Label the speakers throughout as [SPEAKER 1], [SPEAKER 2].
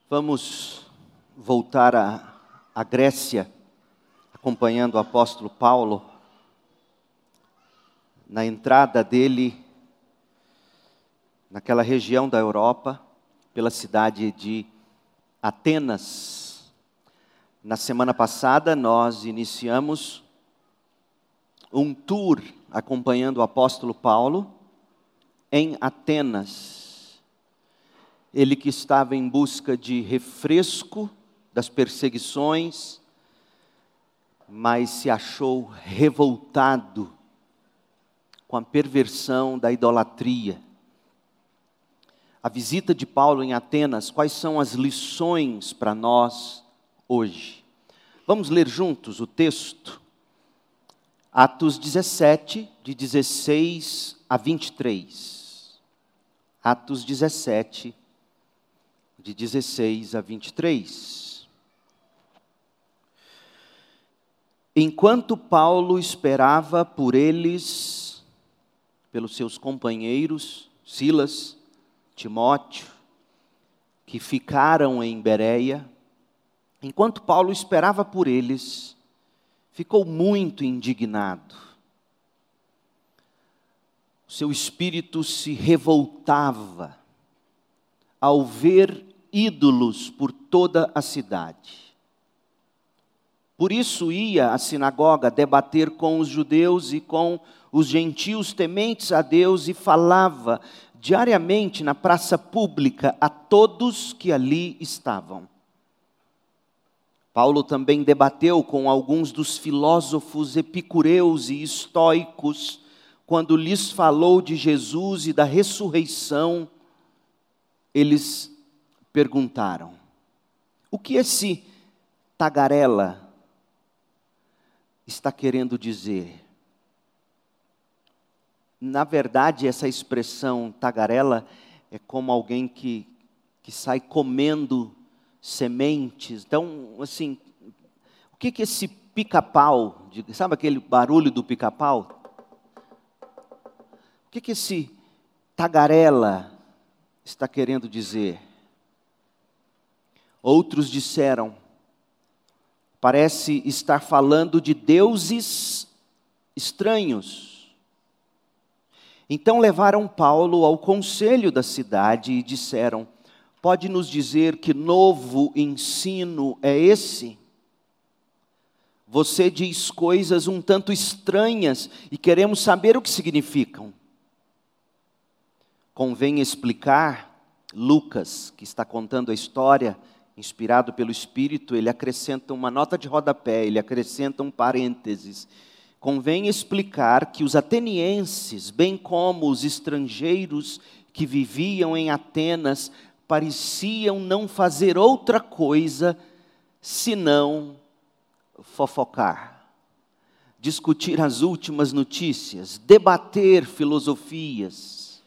[SPEAKER 1] Vamos voltar à Grécia, acompanhando o apóstolo Paulo, na entrada dele, naquela região da Europa, pela cidade de Atenas. Na semana passada, nós iniciamos um tour acompanhando o apóstolo Paulo em Atenas. Ele que estava em busca de refresco das perseguições, mas se achou revoltado com a perversão da idolatria. A visita de Paulo em Atenas, quais são as lições para nós hoje? Vamos ler juntos o texto? Atos 17, de 16 a 23. Atos 17, de 16 a 23. Enquanto Paulo esperava por eles, pelos seus companheiros, Silas, Timóteo, que ficaram em Bereia, enquanto Paulo esperava por eles, ficou muito indignado. O seu espírito se revoltava ao ver ídolos por toda a cidade. Por isso ia à sinagoga debater com os judeus e com os gentios tementes a Deus e falava diariamente na praça pública a todos que ali estavam. Paulo também debateu com alguns dos filósofos epicureus e estoicos, quando lhes falou de Jesus e da ressurreição. Eles perguntaram: o que esse tagarela está querendo dizer? Na verdade, essa expressão tagarela é como alguém que sai comendo sementes. Então, assim, o que esse pica-pau, sabe aquele barulho do pica-pau? O que esse tagarela está querendo dizer? Outros disseram: parece estar falando de deuses estranhos. Então levaram Paulo ao conselho da cidade e disseram: pode nos dizer que novo ensino é esse? Você diz coisas um tanto estranhas e queremos saber o que significam. Convém explicar. Lucas, que está contando a história, inspirado pelo Espírito, ele acrescenta uma nota de rodapé, ele acrescenta um parênteses. Convém explicar que os atenienses, bem como os estrangeiros que viviam em Atenas, pareciam não fazer outra coisa senão fofocar, discutir as últimas notícias, debater filosofias,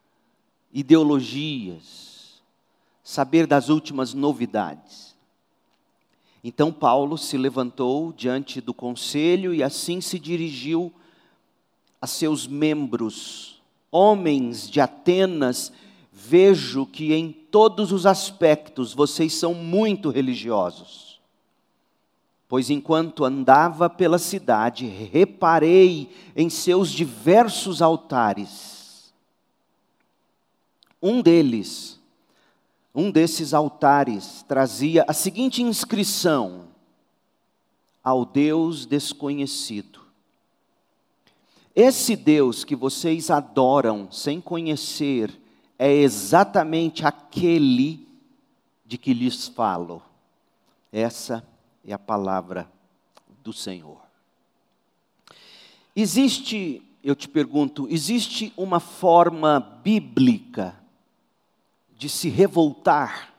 [SPEAKER 1] ideologias, saber das últimas novidades. Então Paulo se levantou diante do conselho e assim se dirigiu a seus membros: homens de Atenas, vejo que em todos os aspectos vocês são muito religiosos. Pois enquanto andava pela cidade, reparei em seus diversos altares. Um desses altares trazia a seguinte inscrição: ao Deus desconhecido. Esse Deus que vocês adoram sem conhecer é exatamente aquele de que lhes falo. Essa é a palavra do Senhor. Eu te pergunto, existe uma forma bíblica de se revoltar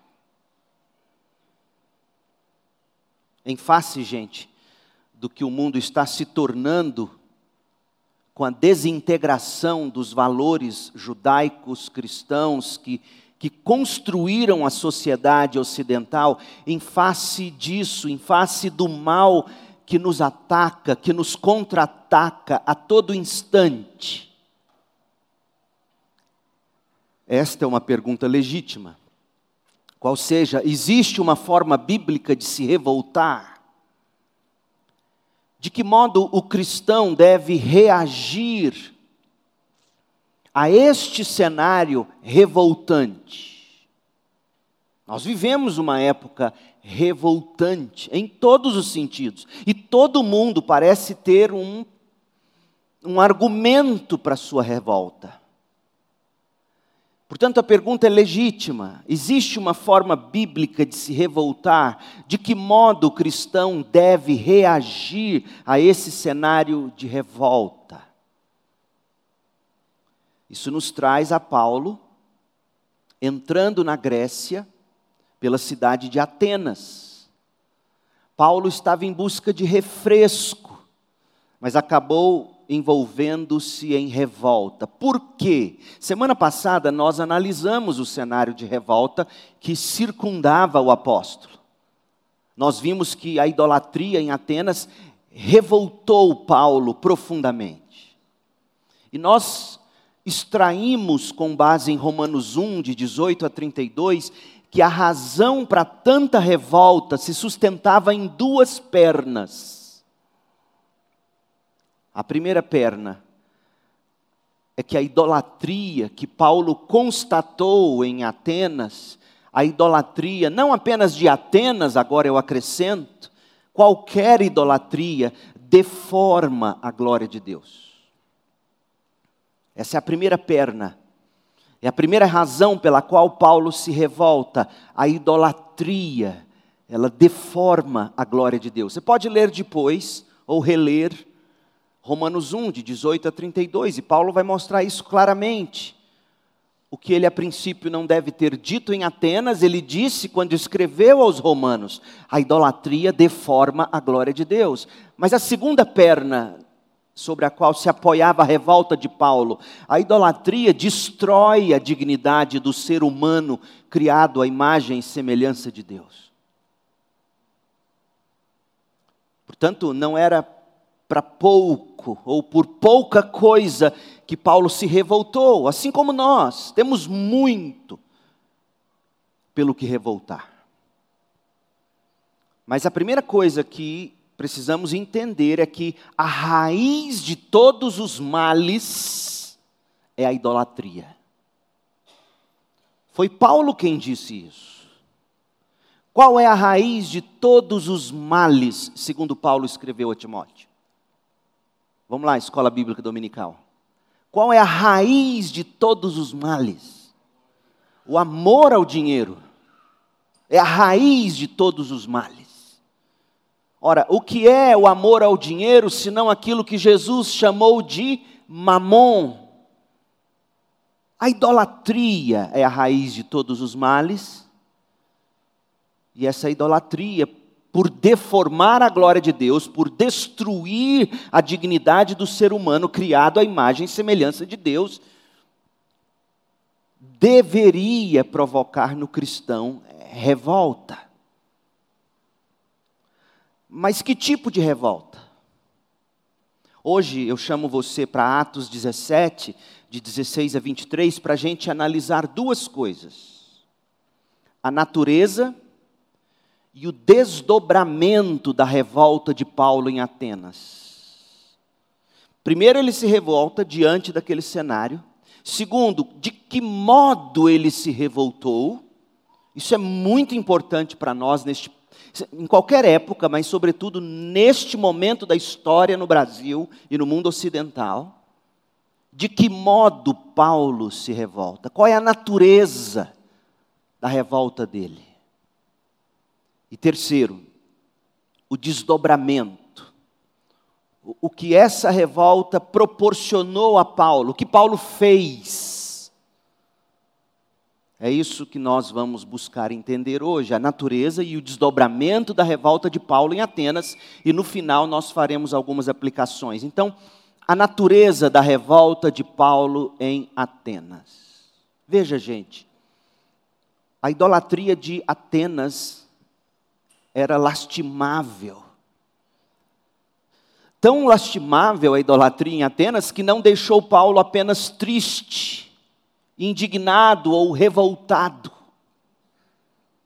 [SPEAKER 1] em face, gente, do que o mundo está se tornando com a desintegração dos valores judaicos cristãos que construíram a sociedade ocidental? Em face disso, em face do mal que nos ataca, que nos contra-ataca a todo instante, Esta é uma pergunta legítima. Qual seja, existe uma forma bíblica de se revoltar? De que modo o cristão deve reagir a este cenário revoltante? Nós vivemos uma época revoltante em todos os sentidos. E todo mundo parece ter um argumento para a sua revolta. Portanto, a pergunta é legítima. Existe uma forma bíblica de se revoltar? De que modo o cristão deve reagir a esse cenário de revolta? Isso nos traz a Paulo, entrando na Grécia, pela cidade de Atenas. Paulo estava em busca de refresco, mas acabou envolvendo-se em revolta. Por quê? Semana passada nós analisamos o cenário de revolta que circundava o apóstolo. Nós vimos que a idolatria em Atenas revoltou Paulo profundamente. E nós extraímos, com base em Romanos 1, de 18 a 32, que a razão para tanta revolta se sustentava em duas pernas. A primeira perna é que a idolatria que Paulo constatou em Atenas, a idolatria não apenas de Atenas, agora eu acrescento, qualquer idolatria deforma a glória de Deus. Essa é a primeira perna. É a primeira razão pela qual Paulo se revolta. A idolatria, ela deforma a glória de Deus. Você pode ler depois, ou reler, Romanos 1, de 18 a 32, e Paulo vai mostrar isso claramente. O que ele a princípio não deve ter dito em Atenas, ele disse quando escreveu aos romanos. A idolatria deforma a glória de Deus. Mas a segunda perna sobre a qual se apoiava a revolta de Paulo, a idolatria destrói a dignidade do ser humano criado à imagem e semelhança de Deus. Portanto, não era para pouco, ou por pouca coisa, que Paulo se revoltou, assim como nós, temos muito pelo que revoltar. Mas a primeira coisa que precisamos entender é que a raiz de todos os males é a idolatria. Foi Paulo quem disse isso. Qual é a raiz de todos os males, segundo Paulo escreveu a Timóteo? Vamos lá, Escola Bíblica Dominical. Qual é a raiz de todos os males? O amor ao dinheiro. É a raiz de todos os males. Ora, o que é o amor ao dinheiro, senão aquilo que Jesus chamou de mamon? A idolatria é a raiz de todos os males. E essa idolatria, por deformar a glória de Deus, por destruir a dignidade do ser humano criado à imagem e semelhança de Deus, deveria provocar no cristão revolta. Mas que tipo de revolta? Hoje eu chamo você para Atos 17, de 16 a 23, para a gente analisar duas coisas. A natureza e o desdobramento da revolta de Paulo em Atenas. Primeiro, ele se revolta diante daquele cenário. Segundo, de que modo ele se revoltou. Isso é muito importante para nós em qualquer época, mas sobretudo neste momento da história no Brasil e no mundo ocidental. De que modo Paulo se revolta? Qual é a natureza da revolta dele? E terceiro, o desdobramento. O que essa revolta proporcionou a Paulo, o que Paulo fez. É isso que nós vamos buscar entender hoje, a natureza e o desdobramento da revolta de Paulo em Atenas, e no final nós faremos algumas aplicações. Então, a natureza da revolta de Paulo em Atenas. Veja, gente, a idolatria de Atenas era lastimável. Tão lastimável a idolatria em Atenas que não deixou Paulo apenas triste, indignado ou revoltado.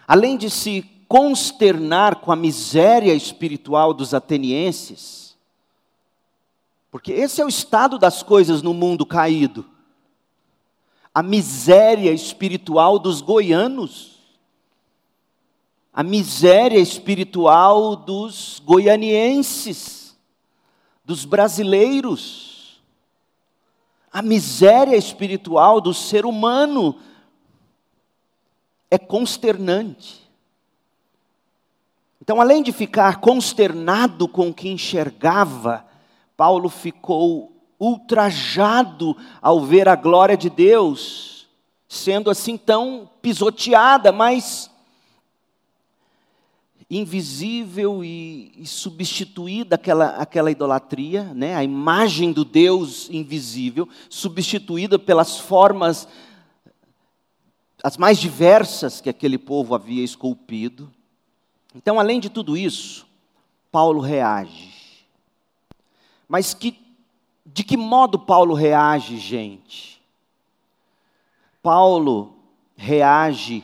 [SPEAKER 1] além de se consternar com a miséria espiritual dos atenienses, porque esse é o estado das coisas no mundo caído, a miséria espiritual dos goianos, a miséria espiritual dos goianienses, dos brasileiros, a miséria espiritual do ser humano é consternante. Então, além de ficar consternado com o que enxergava, Paulo ficou ultrajado ao ver a glória de Deus sendo assim tão pisoteada, mas invisível e substituída aquela idolatria, né? A imagem do Deus invisível, substituída pelas formas as mais diversas que aquele povo havia esculpido. Então, além de tudo isso, Paulo reage. Mas de que modo Paulo reage, gente? Paulo reage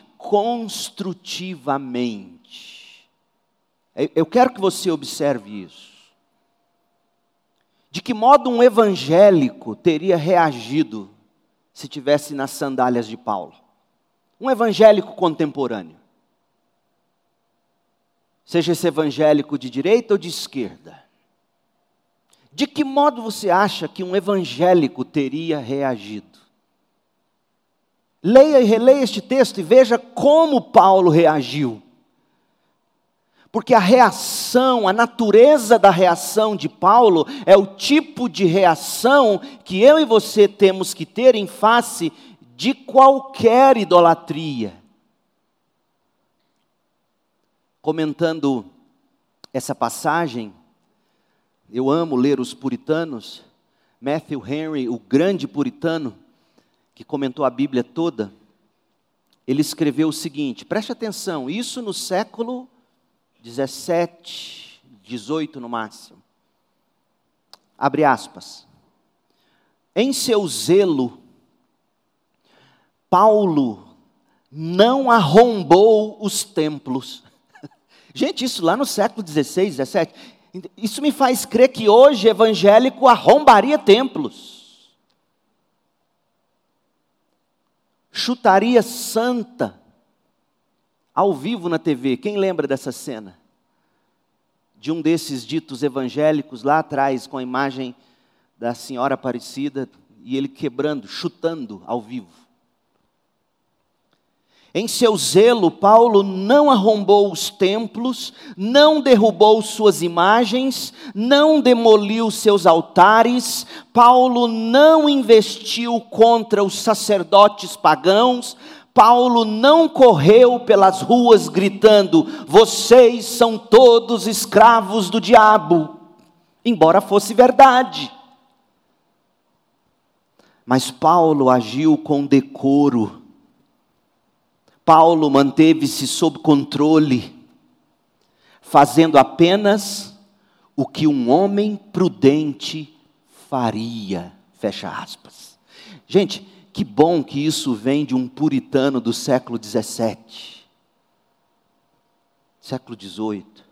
[SPEAKER 1] construtivamente. Eu quero que você observe isso. De que modo um evangélico teria reagido se tivesse nas sandálias de Paulo? Um evangélico contemporâneo. Seja esse evangélico de direita ou de esquerda. De que modo você acha que um evangélico teria reagido? Leia e releia este texto e veja como Paulo reagiu. Porque a reação, a natureza da reação de Paulo é o tipo de reação que eu e você temos que ter em face de qualquer idolatria. Comentando essa passagem, eu amo ler os puritanos. Matthew Henry, o grande puritano, que comentou a Bíblia toda, ele escreveu o seguinte, preste atenção, isso no século 17, 18 no máximo. Abre aspas. Em seu zelo, Paulo não arrombou os templos. Gente, isso lá no século 16, 17, isso me faz crer que hoje evangélico arrombaria templos. Chutaria santa, ao vivo na TV. Quem lembra dessa cena? De um desses ditos evangélicos lá atrás, com a imagem da Senhora Aparecida, e ele quebrando, chutando ao vivo. Em seu zelo, Paulo não arrombou os templos, não derrubou suas imagens, não demoliu seus altares. Paulo não investiu contra os sacerdotes pagãos. Paulo não correu pelas ruas gritando, vocês são todos escravos do diabo, embora fosse verdade. Mas Paulo agiu com decoro. Paulo manteve-se sob controle, fazendo apenas o que um homem prudente faria. Fecha aspas. Gente, que bom que isso vem de um puritano do século 17, século 18.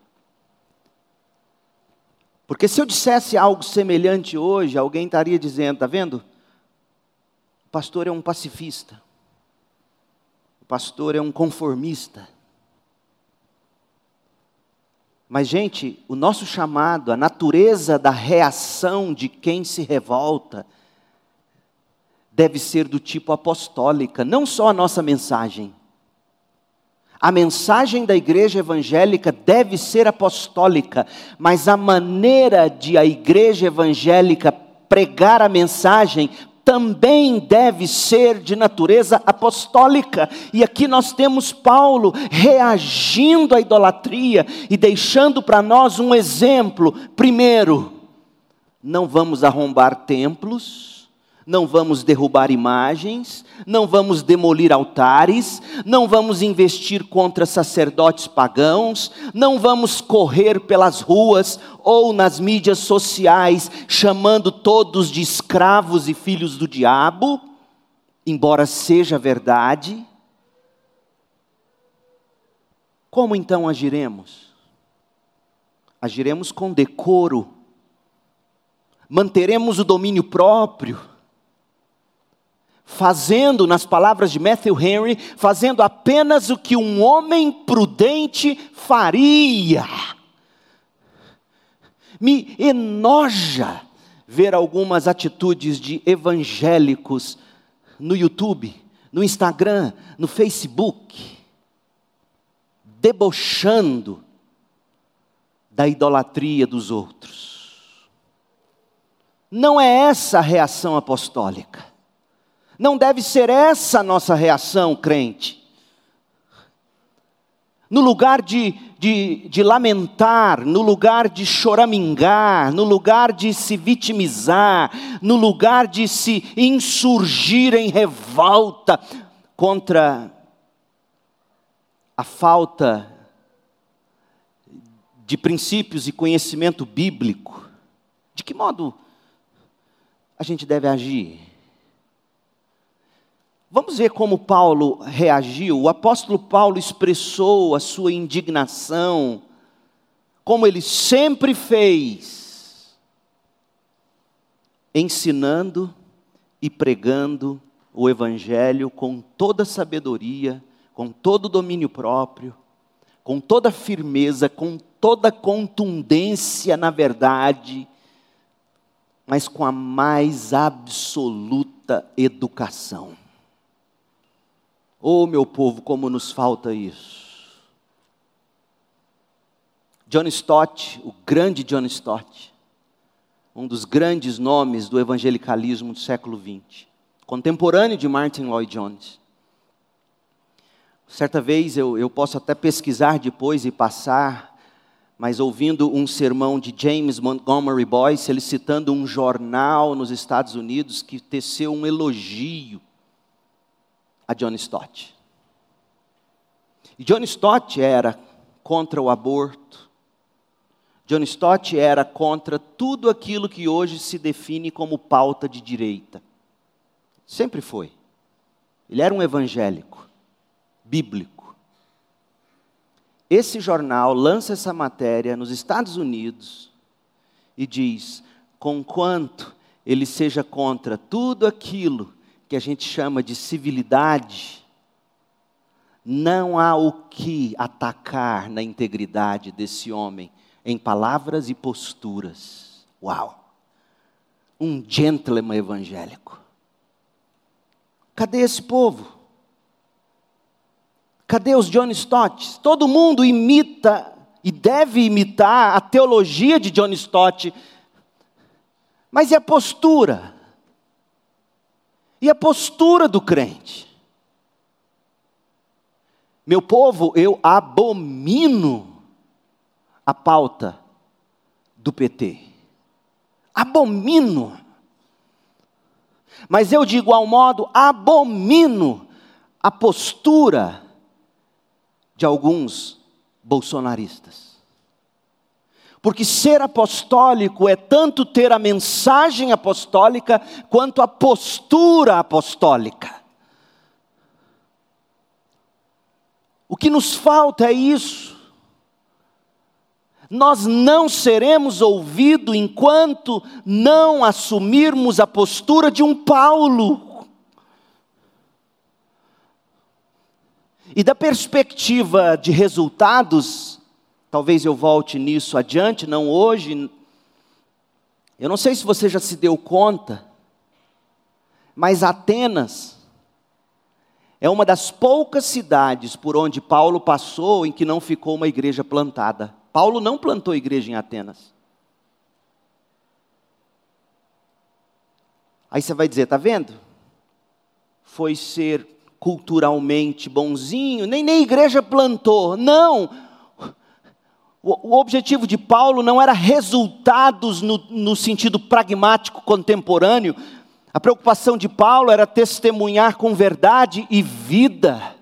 [SPEAKER 1] Porque se eu dissesse algo semelhante hoje, alguém estaria dizendo, está vendo? O pastor é um pacifista. O pastor é um conformista. Mas, gente, o nosso chamado, a natureza da reação de quem se revolta, deve ser do tipo apostólica, não só a nossa mensagem. A mensagem da igreja evangélica deve ser apostólica, mas a maneira de a igreja evangélica pregar a mensagem também deve ser de natureza apostólica. E aqui nós temos Paulo reagindo à idolatria e deixando para nós um exemplo. Primeiro, não vamos arrombar templos, não vamos derrubar imagens, não vamos demolir altares, não vamos investir contra sacerdotes pagãos, não vamos correr pelas ruas ou nas mídias sociais chamando todos de escravos e filhos do diabo, embora seja verdade. Como então agiremos? Agiremos com decoro, manteremos o domínio próprio, fazendo, nas palavras de Matthew Henry, fazendo apenas o que um homem prudente faria. Me enoja ver algumas atitudes de evangélicos no YouTube, no Instagram, no Facebook, debochando da idolatria dos outros. Não é essa a reação apostólica. Não deve ser essa a nossa reação, crente. No lugar de lamentar, no lugar de choramingar, no lugar de se vitimizar, no lugar de se insurgir em revolta contra a falta de princípios e conhecimento bíblico, de que modo a gente deve agir? Vamos ver como Paulo reagiu. O apóstolo Paulo expressou a sua indignação, como ele sempre fez, ensinando e pregando o evangelho com toda sabedoria, com todo domínio próprio, com toda firmeza, com toda contundência na verdade, mas com a mais absoluta educação. Oh, meu povo, como nos falta isso. John Stott, o grande John Stott, um dos grandes nomes do evangelicalismo do século XX, contemporâneo de Martin Lloyd Jones. Certa vez, eu posso até pesquisar depois e passar, mas ouvindo um sermão de James Montgomery Boyce, ele citando um jornal nos Estados Unidos que teceu um elogio a John Stott. E John Stott era contra o aborto. John Stott era contra tudo aquilo que hoje se define como pauta de direita. Sempre foi. Ele era um evangélico, bíblico. Esse jornal lança essa matéria nos Estados Unidos e diz: conquanto ele seja contra tudo aquilo que a gente chama de civilidade, não há o que atacar na integridade desse homem, em palavras e posturas. Uau! Um gentleman evangélico. Cadê esse povo? Cadê os John Stott? Todo mundo imita e deve imitar a teologia de John Stott, mas e a postura? E a postura do crente? Meu povo, eu abomino a pauta do PT. Abomino. Mas eu de igual modo abomino a postura de alguns bolsonaristas. Porque ser apostólico é tanto ter a mensagem apostólica, quanto a postura apostólica. O que nos falta é isso. Nós não seremos ouvidos enquanto não assumirmos a postura de um Paulo. E da perspectiva de resultados, talvez eu volte nisso adiante, não hoje. Eu não sei se você já se deu conta, mas Atenas é uma das poucas cidades por onde Paulo passou em que não ficou uma igreja plantada. Paulo não plantou igreja em Atenas. Aí você vai dizer, está vendo? Foi ser culturalmente bonzinho, nem igreja plantou. Não! O objetivo de Paulo não era resultados no sentido pragmático contemporâneo. A preocupação de Paulo era testemunhar com verdade e vida.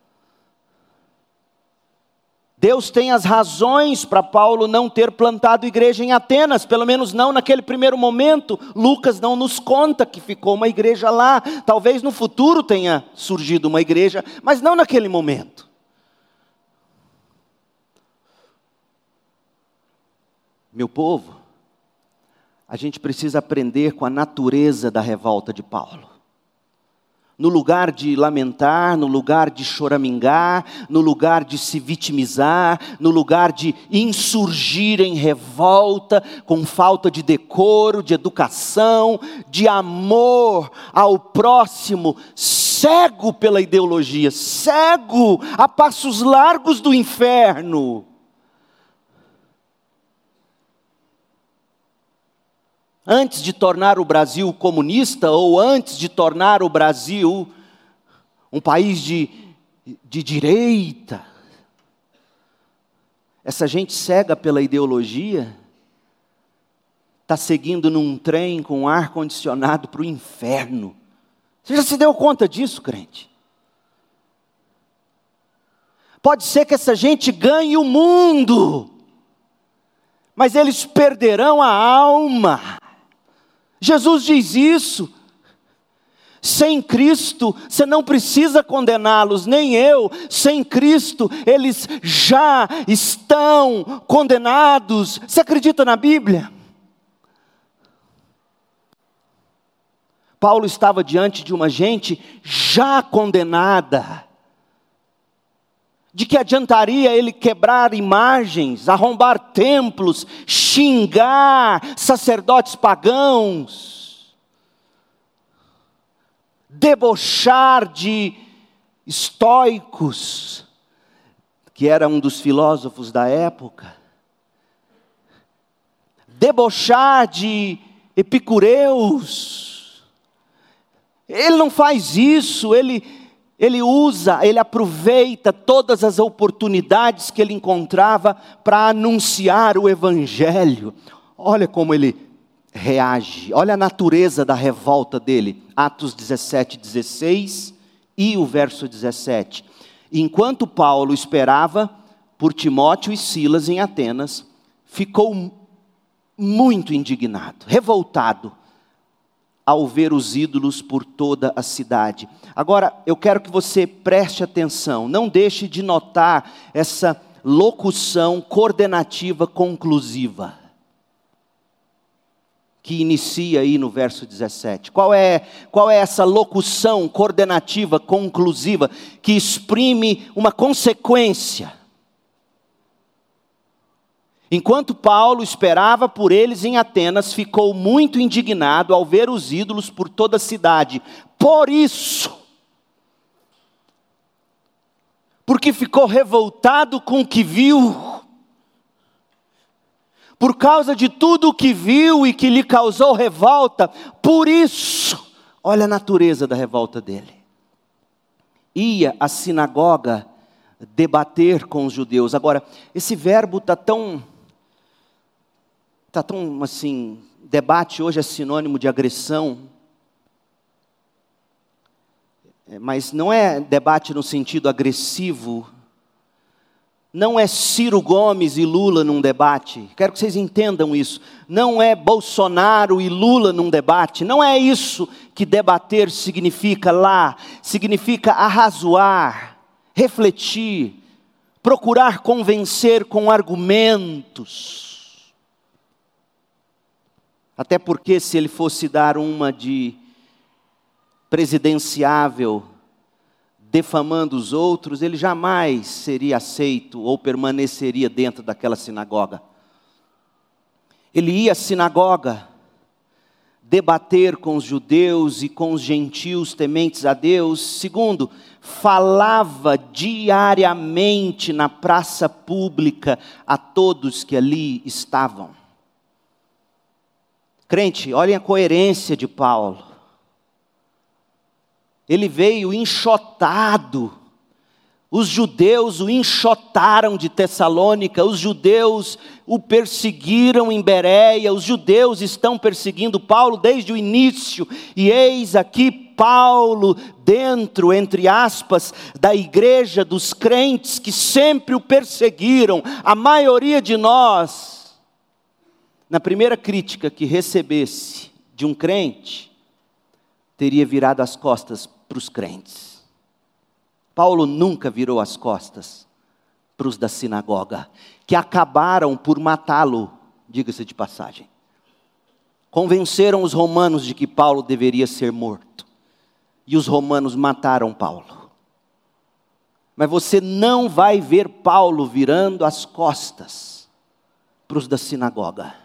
[SPEAKER 1] Deus tem as razões para Paulo não ter plantado igreja em Atenas, pelo menos não naquele primeiro momento. Lucas não nos conta que ficou uma igreja lá. Talvez no futuro tenha surgido uma igreja, mas não naquele momento. Meu povo, a gente precisa aprender com a natureza da revolta de Paulo. No lugar de lamentar, no lugar de choramingar, no lugar de se vitimizar, no lugar de insurgir em revolta, com falta de decoro, de educação, de amor ao próximo, cego pela ideologia, cego a passos largos do inferno. Antes de tornar o Brasil comunista, ou antes de tornar o Brasil um país de direita, essa gente cega pela ideologia, está seguindo num trem com ar-condicionado para o inferno. Você já se deu conta disso, crente? Pode ser que essa gente ganhe o mundo, mas eles perderão a alma. Jesus diz isso. Sem Cristo, você não precisa condená-los, nem eu. Sem Cristo, eles já estão condenados. Você acredita na Bíblia? Paulo estava diante de uma gente já condenada. De que adiantaria ele quebrar imagens, arrombar templos, xingar sacerdotes pagãos, debochar de estoicos, que era um dos filósofos da época, debochar de epicureus. Ele não faz isso, ele usa, ele aproveita todas as oportunidades que ele encontrava para anunciar o Evangelho. Olha como ele reage, olha a natureza da revolta dele. Atos 17, 16 e o verso 17. Enquanto Paulo esperava por Timóteo e Silas em Atenas, ficou muito indignado, revoltado, ao ver os ídolos por toda a cidade. Agora, eu quero que você preste atenção, não deixe de notar essa locução coordenativa conclusiva, que inicia aí no verso 17. Qual é essa locução coordenativa conclusiva, que exprime uma consequência? Enquanto Paulo esperava por eles em Atenas, ficou muito indignado ao ver os ídolos por toda a cidade. Por isso, porque ficou revoltado com o que viu, por causa de tudo o que viu e que lhe causou revolta, por isso, olha a natureza da revolta dele. Ia à sinagoga debater com os judeus. Agora, esse verbo está tão assim, debate hoje é sinônimo de agressão, mas não é debate no sentido agressivo, não é Ciro Gomes e Lula num debate, quero que vocês entendam isso, não é Bolsonaro e Lula num debate, não é isso que debater significa lá, significa arrazoar, refletir, procurar convencer com argumentos. Até porque se ele fosse dar uma de presidenciável, defamando os outros, ele jamais seria aceito ou permaneceria dentro daquela sinagoga. Ele ia à sinagoga debater com os judeus e com os gentios tementes a Deus. Segundo, falava diariamente na praça pública a todos que ali estavam. Crente, olhem a coerência de Paulo. Ele veio enxotado. Os judeus o enxotaram de Tessalônica. Os judeus o perseguiram em Bereia. Os judeus estão perseguindo Paulo desde o início. E eis aqui Paulo dentro, entre aspas, da igreja dos crentes que sempre o perseguiram. A maioria de nós, na primeira crítica que recebesse de um crente, teria virado as costas para os crentes. Paulo nunca virou as costas para os da sinagoga, que acabaram por matá-lo diga-se de passagem. Convenceram os romanos de que Paulo deveria ser morto. E os romanos mataram Paulo. Mas você não vai ver Paulo virando as costas para os da sinagoga.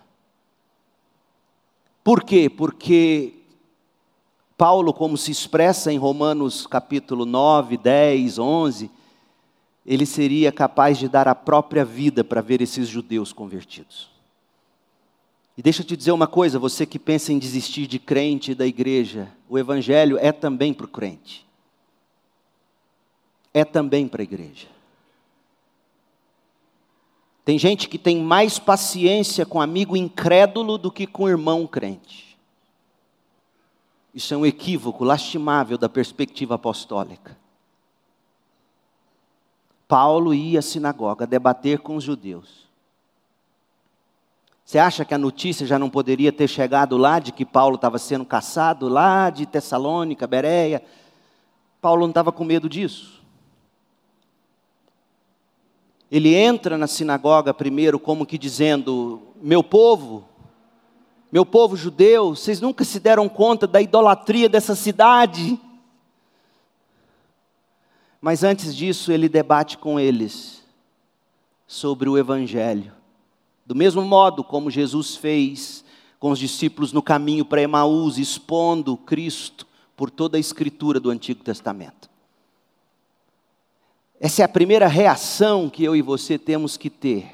[SPEAKER 1] Por quê? Porque Paulo, como se expressa em Romanos capítulo 9, 10, 11, ele seria capaz de dar a própria vida para ver esses judeus convertidos. E deixa eu te dizer uma coisa, você que pensa em desistir de crente e da igreja, o evangelho é também para o crente. É também para a igreja. Tem gente que tem mais paciência com amigo incrédulo do que com irmão crente. Isso é um equívoco lastimável da perspectiva apostólica. Paulo ia à sinagoga debater com os judeus. Você acha que a notícia já não poderia ter chegado lá de que Paulo estava sendo caçado, lá de Tessalônica, Bereia? Paulo não estava com medo disso. Ele entra na sinagoga primeiro como que dizendo, meu povo judeu, vocês nunca se deram conta da idolatria dessa cidade? Mas antes disso ele debate com eles sobre o evangelho. Do mesmo modo como Jesus fez com os discípulos no caminho para Emaús, expondo Cristo por toda a escritura do Antigo Testamento. Essa é a primeira reação que eu e você temos que ter.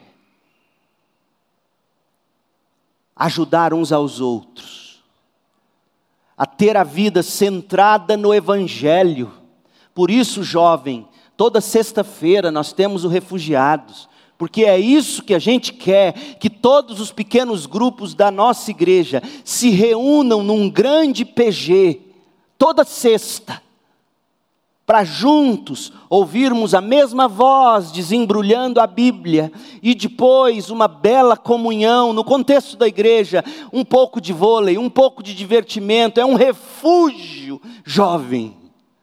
[SPEAKER 1] Ajudar uns aos outros. A ter a vida centrada no Evangelho. Por isso, jovem, toda sexta-feira nós temos o Refugiados. Porque é isso que a gente quer, que todos os pequenos grupos da nossa igreja se reúnam num grande PG, toda sexta, para juntos ouvirmos a mesma voz desembrulhando a Bíblia, e depois uma bela comunhão no contexto da igreja, um pouco de vôlei, um pouco de divertimento, é um refúgio, jovem.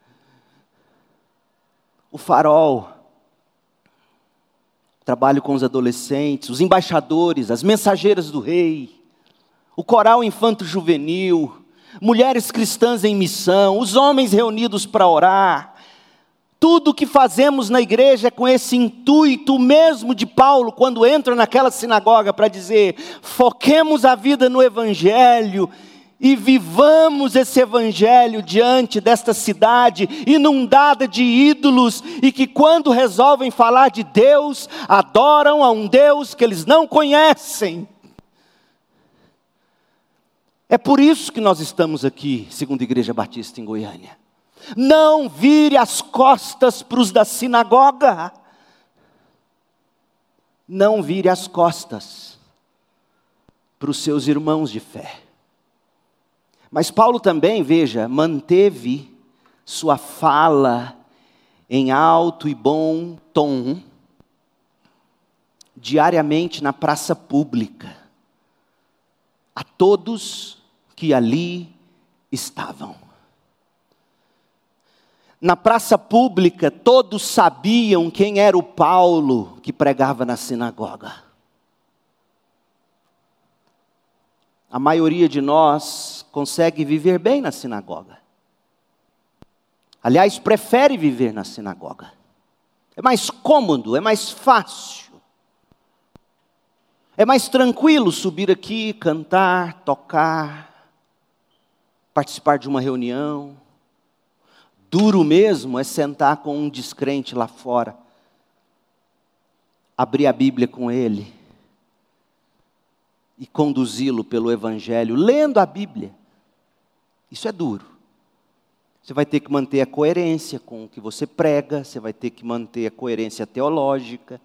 [SPEAKER 1] O Farol, trabalho com os adolescentes, os embaixadores, as mensageiras do rei, o coral infanto-juvenil, mulheres cristãs em missão, os homens reunidos para orar. Tudo o que fazemos na igreja é com esse intuito mesmo de Paulo, quando entra naquela sinagoga para dizer, foquemos a vida no Evangelho, e vivamos esse Evangelho diante desta cidade inundada de ídolos, e que quando resolvem falar de Deus, adoram a um Deus que eles não conhecem. É por isso que nós estamos aqui, segundo a Igreja Batista em Goiânia. Não vire as costas para os da sinagoga. Não vire as costas para os seus irmãos de fé. Mas Paulo também, veja, manteve sua fala em alto e bom tom, diariamente na praça pública, a todos que ali estavam. Na praça pública, todos sabiam quem era o Paulo que pregava na sinagoga. A maioria de nós consegue viver bem na sinagoga. Aliás, prefere viver na sinagoga. É mais cômodo, é mais fácil. É mais tranquilo subir aqui, cantar, tocar, participar de uma reunião. Duro mesmo é sentar com um descrente lá fora, abrir a Bíblia com ele e conduzi-lo pelo Evangelho, lendo a Bíblia. Isso é duro. Você vai ter que manter a coerência com o que você prega, você vai ter que manter a coerência teológica.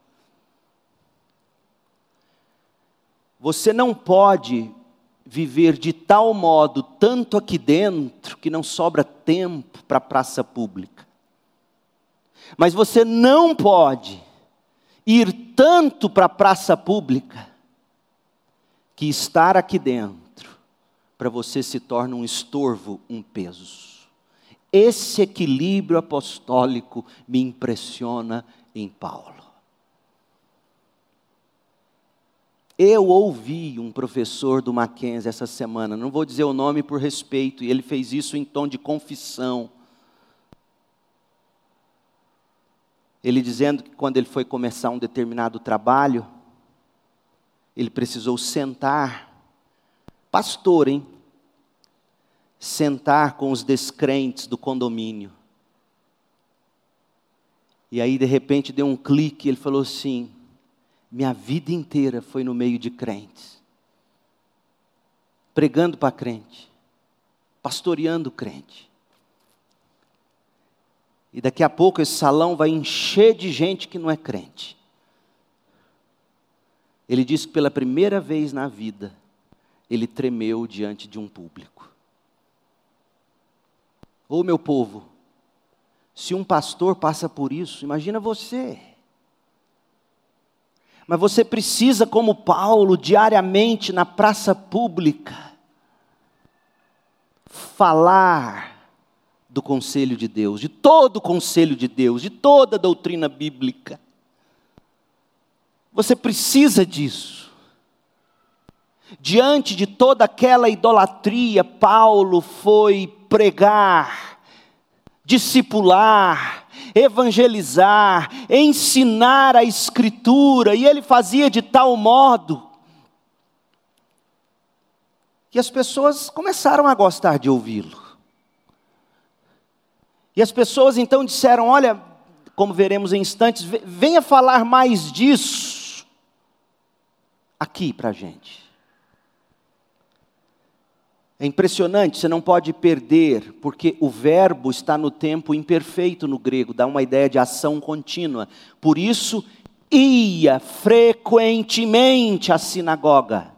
[SPEAKER 1] Você não pode viver de tal modo, tanto aqui dentro, que não sobra tempo para a praça pública. Mas você não pode ir tanto para a praça pública, que estar aqui dentro, para você se torna um estorvo, um peso. Esse equilíbrio apostólico me impressiona em Paulo. Eu ouvi um professor do Mackenzie essa semana, não vou dizer o nome por respeito, e ele fez isso em tom de confissão. Ele dizendo que quando ele foi começar um determinado trabalho, ele precisou sentar, pastor, hein? Sentar com os descrentes do condomínio. E aí de repente deu um clique, ele falou assim, minha vida inteira foi no meio de crentes. Pregando para crente. Pastoreando crente. E daqui a pouco esse salão vai encher de gente que não é crente. Ele disse que pela primeira vez na vida, ele tremeu diante de um público. Ô meu povo, se um pastor passa por isso, imagina você. Mas você precisa, como Paulo, diariamente na praça pública, falar do conselho de Deus, de todo o conselho de Deus, de toda a doutrina bíblica. Você precisa disso. Diante de toda aquela idolatria, Paulo foi pregar, discipular, evangelizar, ensinar a Escritura, e ele fazia de tal modo que as pessoas começaram a gostar de ouvi-lo. E as pessoas então disseram, olha, como veremos em instantes, venha falar mais disso aqui para a gente. É impressionante, você não pode perder, porque o verbo está no tempo imperfeito no grego, dá uma ideia de ação contínua. Por isso, ia frequentemente à sinagoga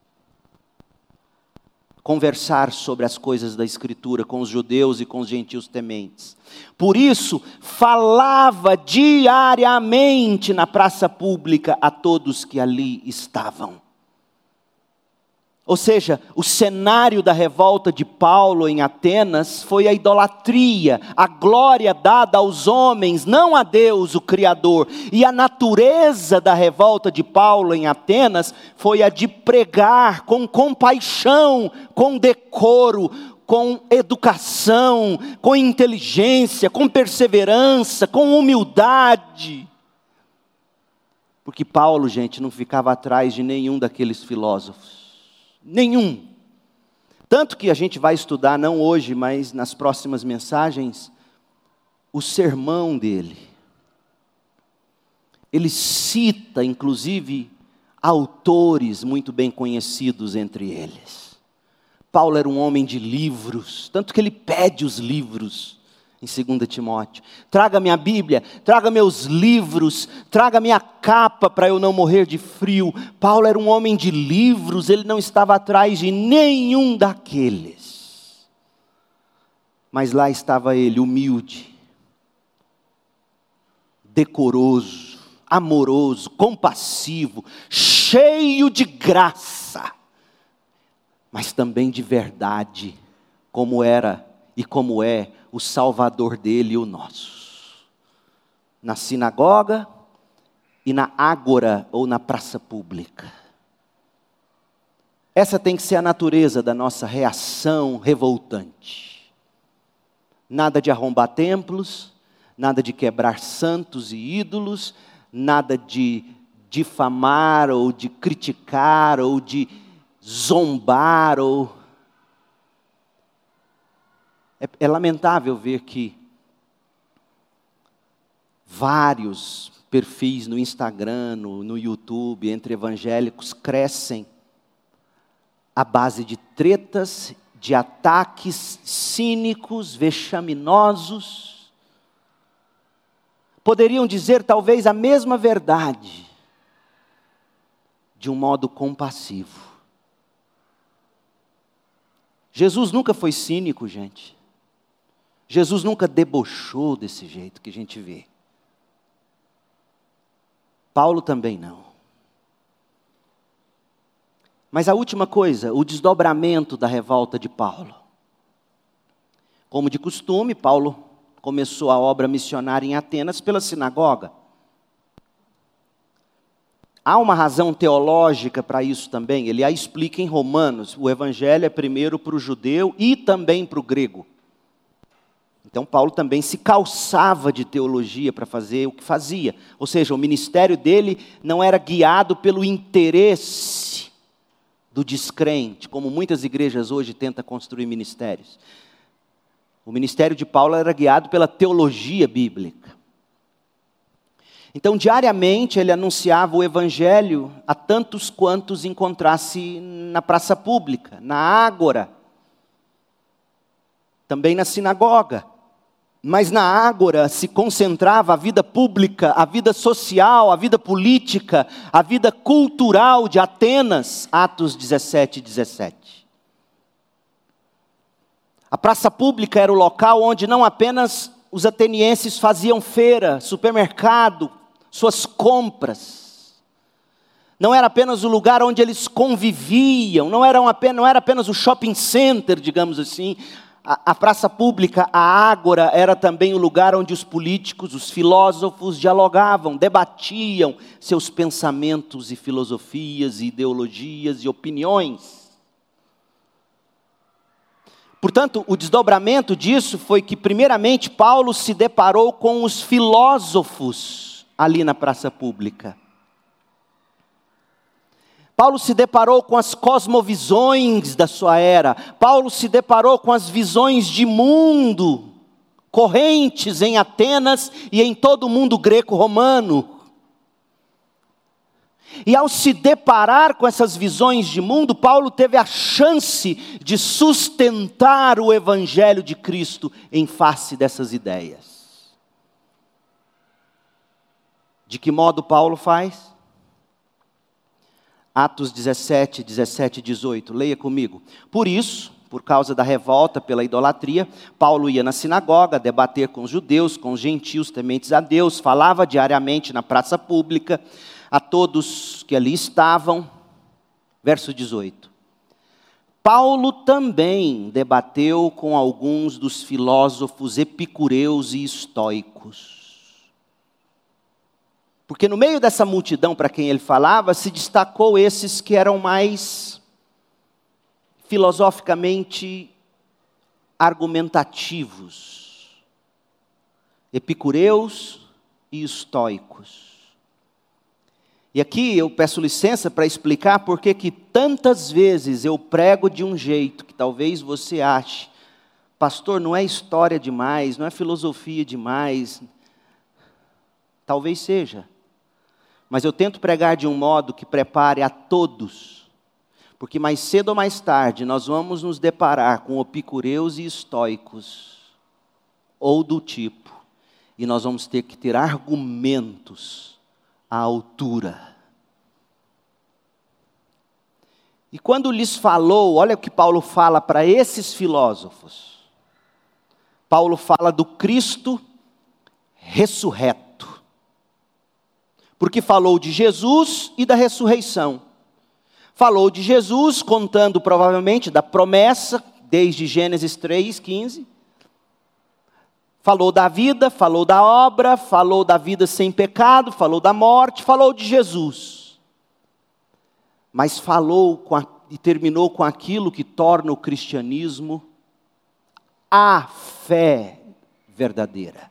[SPEAKER 1] conversar sobre as coisas da Escritura com os judeus e com os gentios tementes. Por isso, falava diariamente na praça pública a todos que ali estavam. Ou seja, o cenário da revolta de Paulo em Atenas foi a idolatria, a glória dada aos homens, não a Deus, o Criador. E a natureza da revolta de Paulo em Atenas foi a de pregar com compaixão, com decoro, com educação, com inteligência, com perseverança, com humildade. Porque Paulo, gente, não ficava atrás de nenhum daqueles filósofos. Nenhum. Tanto que a gente vai estudar, não hoje, mas nas próximas mensagens, o sermão dele. Ele cita, inclusive, autores muito bem conhecidos entre eles. Paulo era um homem de livros, tanto que ele pede os livros em 2 Timóteo. Traga minha Bíblia, traga meus livros, traga minha capa para eu não morrer de frio. Paulo era um homem de livros, ele não estava atrás de nenhum daqueles. Mas lá estava ele, humilde, decoroso, amoroso, compassivo, cheio de graça, mas também de verdade, como era e como é o Salvador dele e o nosso. Na sinagoga e na ágora ou na praça pública. Essa tem que ser a natureza da nossa reação revoltante. Nada de arrombar templos, nada de quebrar santos e ídolos, nada de difamar ou de criticar ou de zombar ou... É lamentável ver que vários perfis no Instagram, no YouTube, entre evangélicos, crescem à base de tretas, de ataques cínicos, vexaminosos. Poderiam dizer talvez a mesma verdade, de um modo compassivo. Jesus nunca foi cínico, gente. Jesus nunca debochou desse jeito que a gente vê. Paulo também não. Mas a última coisa, o desdobramento da revolta de Paulo. Como de costume, Paulo começou a obra missionária em Atenas pela sinagoga. Há uma razão teológica para isso também, ele a explica em Romanos. O evangelho é primeiro para o judeu e também para o grego. Então Paulo também se calçava de teologia para fazer o que fazia. Ou seja, o ministério dele não era guiado pelo interesse do descrente, como muitas igrejas hoje tentam construir ministérios. O ministério de Paulo era guiado pela teologia bíblica. Então, diariamente, ele anunciava o evangelho a tantos quantos encontrasse na praça pública, na ágora, também na sinagoga. Mas na ágora se concentrava a vida pública, a vida social, a vida política, a vida cultural de Atenas, Atos 17 e 17. A praça pública era o local onde não apenas os atenienses faziam feira, supermercado, suas compras. Não era apenas o lugar onde eles conviviam, não era apenas o shopping center, digamos assim. A praça pública, a ágora, era também o lugar onde os políticos, os filósofos dialogavam, debatiam seus pensamentos e filosofias, e ideologias e opiniões. Portanto, o desdobramento disso foi que, primeiramente, Paulo se deparou com os filósofos ali na praça pública. Paulo se deparou com as cosmovisões da sua era. Paulo se deparou com as visões de mundo correntes em Atenas e em todo o mundo greco-romano. E ao se deparar com essas visões de mundo, Paulo teve a chance de sustentar o evangelho de Cristo em face dessas ideias. De que modo Paulo faz? Atos 17, 17 e 18, leia comigo. Por isso, por causa da revolta pela idolatria, Paulo ia na sinagoga debater com os judeus, com os gentios tementes a Deus, falava diariamente na praça pública a todos que ali estavam. Verso 18. Paulo também debateu com alguns dos filósofos epicureus e estoicos. Porque no meio dessa multidão para quem ele falava, se destacou esses que eram mais filosoficamente argumentativos. Epicureus e estoicos. E aqui eu peço licença para explicar por que tantas vezes eu prego de um jeito que talvez você ache, pastor, não é história demais, não é filosofia demais. Talvez seja. Mas eu tento pregar de um modo que prepare a todos, porque mais cedo ou mais tarde nós vamos nos deparar com epicureus e estoicos, ou do tipo, e nós vamos ter que ter argumentos à altura. E quando lhes falou, olha o que Paulo fala para esses filósofos. Paulo fala do Cristo ressurreto. Porque falou de Jesus e da ressurreição. Falou de Jesus, contando provavelmente da promessa, desde Gênesis 3:15. Falou da vida, falou da obra, falou da vida sem pecado, falou da morte, falou de Jesus. Mas falou e terminou com aquilo que torna o cristianismo a fé verdadeira.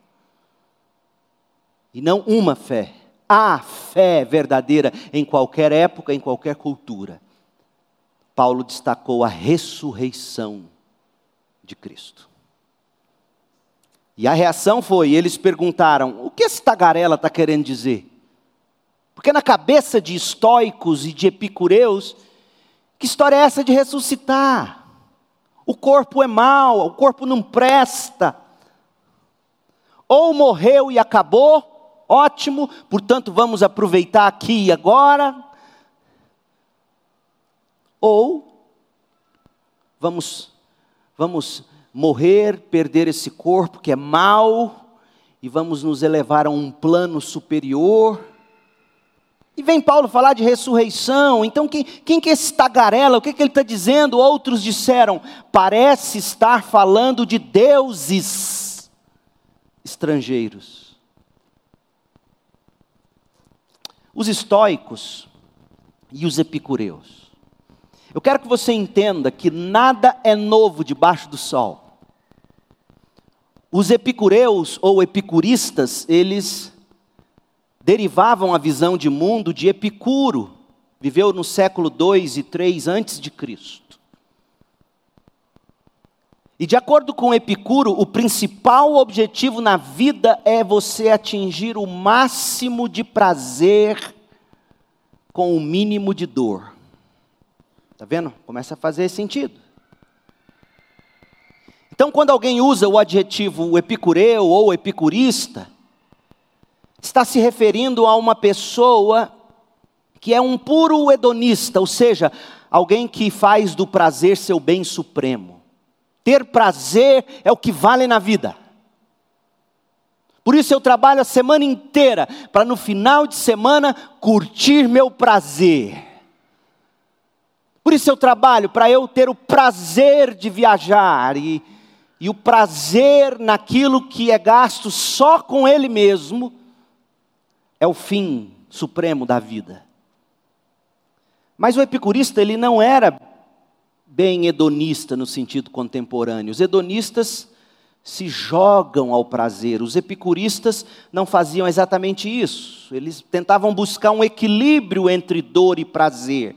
[SPEAKER 1] E não uma fé. A fé verdadeira em qualquer época, em qualquer cultura. Paulo destacou a ressurreição de Cristo. E a reação foi, eles perguntaram, o que esse tagarela está querendo dizer? Porque na cabeça de estoicos e de epicureus, que história é essa de ressuscitar? O corpo é mau, o corpo não presta. Ou morreu e acabou, ótimo, portanto vamos aproveitar aqui e agora. Ou vamos morrer, perder esse corpo que é mau, e vamos nos elevar a um plano superior. E vem Paulo falar de ressurreição. Então quem que é esse tagarela? O que ele está dizendo? Outros disseram, parece estar falando de deuses estrangeiros. Os estoicos e os epicureus. Eu quero que você entenda que nada é novo debaixo do sol. Os epicureus ou epicuristas, eles derivavam a visão de mundo de Epicuro. Viveu no século 2 e 3 antes de Cristo. E de acordo com Epicuro, o principal objetivo na vida é você atingir o máximo de prazer com o mínimo de dor. Está vendo? Começa a fazer sentido. Então, quando alguém usa o adjetivo epicureu ou epicurista, está se referindo a uma pessoa que é um puro hedonista, ou seja, alguém que faz do prazer seu bem supremo. Ter prazer é o que vale na vida. Por isso eu trabalho a semana inteira, para no final de semana curtir meu prazer. Por isso eu trabalho, para eu ter o prazer de viajar, e o prazer naquilo que é gasto só com ele mesmo, é o fim supremo da vida. Mas o epicurista, ele não era bem hedonista no sentido contemporâneo. Os hedonistas se jogam ao prazer. Os epicuristas não faziam exatamente isso. Eles tentavam buscar um equilíbrio entre dor e prazer.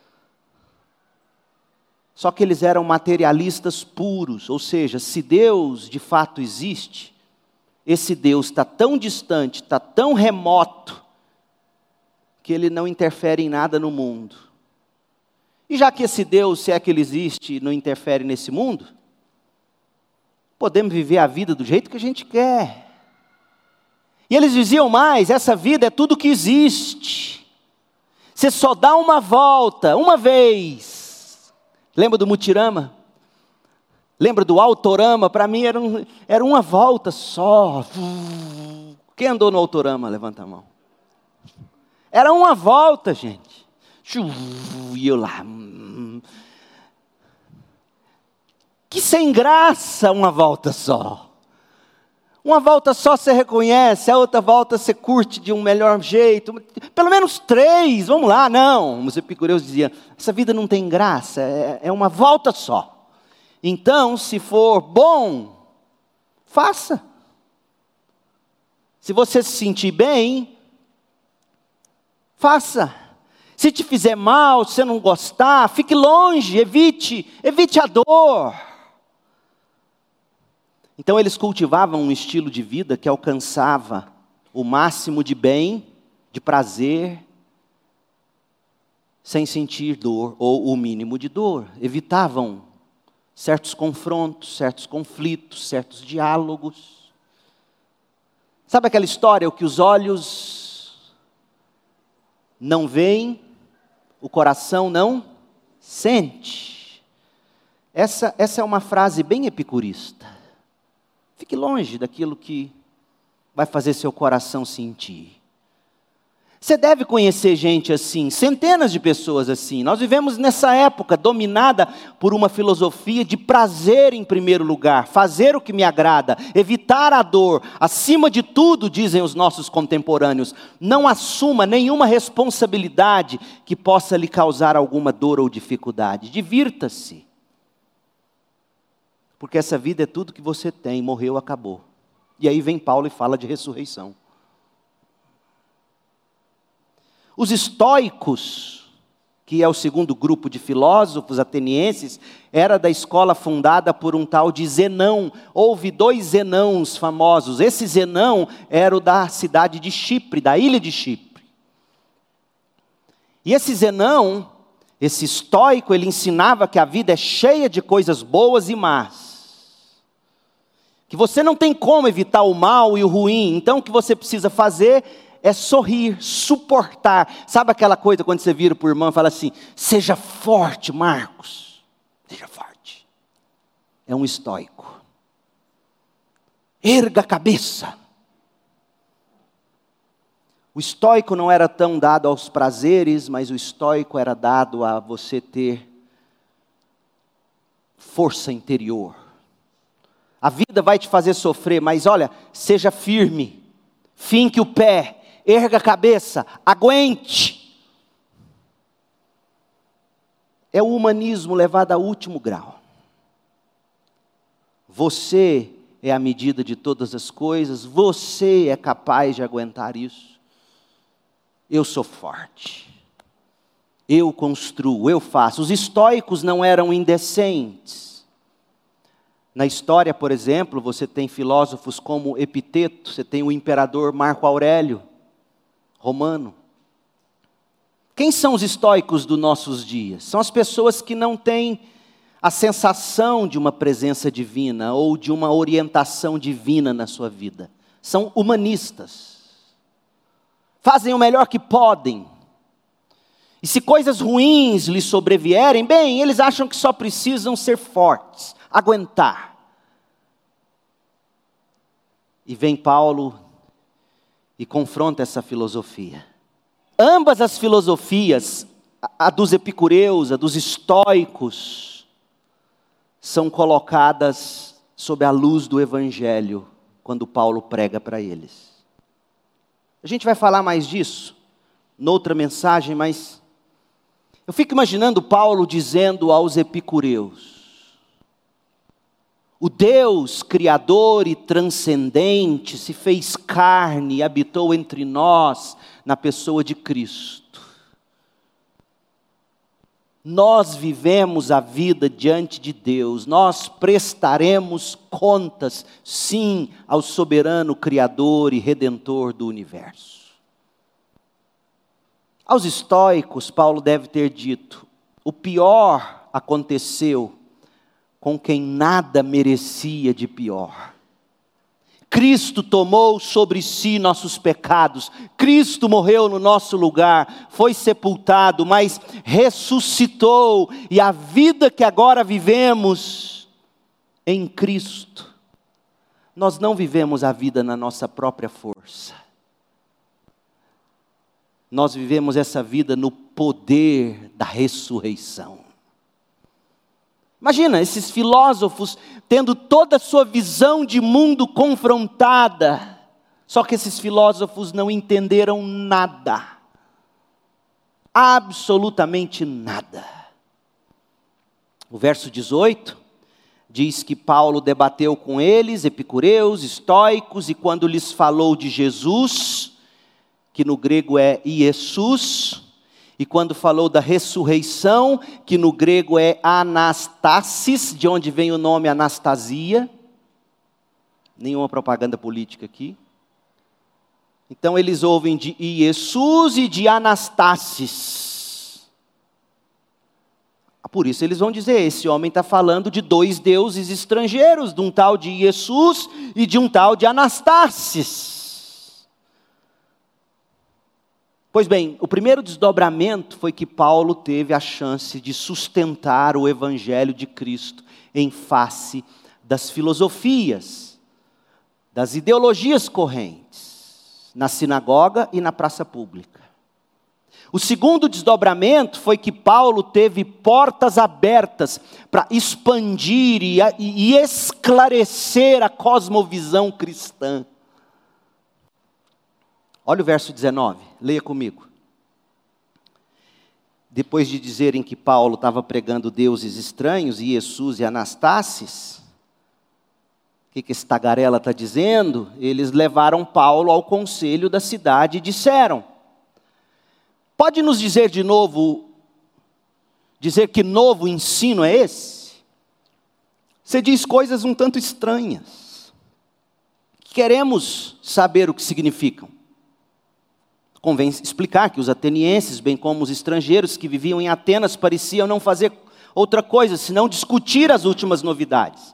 [SPEAKER 1] Só que eles eram materialistas puros. Ou seja, se Deus de fato existe, esse Deus está tão distante, está tão remoto, que ele não interfere em nada no mundo. E já que esse Deus, se é que ele existe, não interfere nesse mundo, podemos viver a vida do jeito que a gente quer. E eles diziam mais, essa vida é tudo que existe. Você só dá uma volta, uma vez. Lembra do mutirama? Lembra do autorama? Para mim era uma volta só. Quem andou no autorama? Levanta a mão. Era uma volta, gente. E eu lá. Que sem graça uma volta só. Uma volta só você reconhece, a outra volta você curte de um melhor jeito. Pelo menos 3, vamos lá. Não, os epicureus diziam, essa vida não tem graça, é uma volta só. Então, se for bom, faça. Se você se sentir bem, faça. Se te fizer mal, se você não gostar, fique longe, evite a dor. Então eles cultivavam um estilo de vida que alcançava o máximo de bem, de prazer, sem sentir dor, ou o mínimo de dor. Evitavam certos confrontos, certos conflitos, certos diálogos. Sabe aquela história, o que os olhos não veem, o coração não sente. Essa é uma frase bem epicurista. Fique longe daquilo que vai fazer seu coração sentir. Você deve conhecer gente assim, centenas de pessoas assim. Nós vivemos nessa época dominada por uma filosofia de prazer em primeiro lugar, fazer o que me agrada, evitar a dor. Acima de tudo, dizem os nossos contemporâneos, não assuma nenhuma responsabilidade que possa lhe causar alguma dor ou dificuldade. Divirta-se. Porque essa vida é tudo que você tem, morreu, acabou. E aí vem Paulo e fala de ressurreição. Os estoicos, que é o segundo grupo de filósofos atenienses, era da escola fundada por um tal de Zenão. Houve 2 Zenãos famosos. Esse Zenão era o da cidade de Chipre, da ilha de Chipre. E esse Zenão, esse estoico, ele ensinava que a vida é cheia de coisas boas e más. Que você não tem como evitar o mal e o ruim. Então o que você precisa fazer é sorrir, suportar. Sabe aquela coisa quando você vira para o irmão e fala assim, seja forte, Marcos. Seja forte. É um estoico. Erga a cabeça. O estoico não era tão dado aos prazeres, mas o estoico era dado a você ter força interior. A vida vai te fazer sofrer, mas olha, seja firme, finque o pé, erga a cabeça, aguente. É o humanismo levado ao último grau. Você é a medida de todas as coisas, você é capaz de aguentar isso. Eu sou forte, eu construo, eu faço. Os estoicos não eram indecentes. Na história, por exemplo, você tem filósofos como Epiteto, você tem o imperador Marco Aurélio, romano. Quem são os estoicos dos nossos dias? São as pessoas que não têm a sensação de uma presença divina ou de uma orientação divina na sua vida. São humanistas. Fazem o melhor que podem. E se coisas ruins lhes sobrevierem, bem, eles acham que só precisam ser fortes, aguentar. E vem Paulo e confronta essa filosofia. Ambas as filosofias, a dos epicureus, a dos estoicos, são colocadas sob a luz do Evangelho, quando Paulo prega para eles. A gente vai falar mais disso noutra mensagem, mas eu fico imaginando Paulo dizendo aos epicureus: o Deus criador e transcendente se fez carne e habitou entre nós na pessoa de Cristo. Nós vivemos a vida diante de Deus, nós prestaremos contas, sim, ao soberano Criador e Redentor do universo. Aos estoicos, Paulo deve ter dito: o pior aconteceu com quem nada merecia de pior. Cristo tomou sobre si nossos pecados, Cristo morreu no nosso lugar, foi sepultado, mas ressuscitou, e a vida que agora vivemos em Cristo, nós não vivemos a vida na nossa própria força, nós vivemos essa vida no poder da ressurreição. Imagina esses filósofos tendo toda a sua visão de mundo confrontada. Só que esses filósofos não entenderam nada. Absolutamente nada. O verso 18 diz que Paulo debateu com eles, epicureus, estoicos, e quando lhes falou de Jesus, que no grego é Iesus, e quando falou da ressurreição, que no grego é Anastasis, de onde vem o nome Anastasia. Nenhuma propaganda política aqui. Então eles ouvem de Iesus e de Anastasis. Por isso eles vão dizer: esse homem está falando de dois deuses estrangeiros, de um tal de Iesus e de um tal de Anastasis. Pois bem, o primeiro desdobramento foi que Paulo teve a chance de sustentar o Evangelho de Cristo em face das filosofias, das ideologias correntes, na sinagoga e na praça pública. O segundo desdobramento foi que Paulo teve portas abertas para expandir e esclarecer a cosmovisão cristã. Olha o verso 19, leia comigo. Depois de dizerem que Paulo estava pregando deuses estranhos, Iesus e Anastasis, o que esse tagarela está dizendo? Eles levaram Paulo ao conselho da cidade e disseram: pode nos dizer de novo, dizer que novo ensino é esse? Você diz coisas um tanto estranhas. Queremos saber o que significam. Convém explicar que os atenienses, bem como os estrangeiros que viviam em Atenas, pareciam não fazer outra coisa, senão discutir as últimas novidades.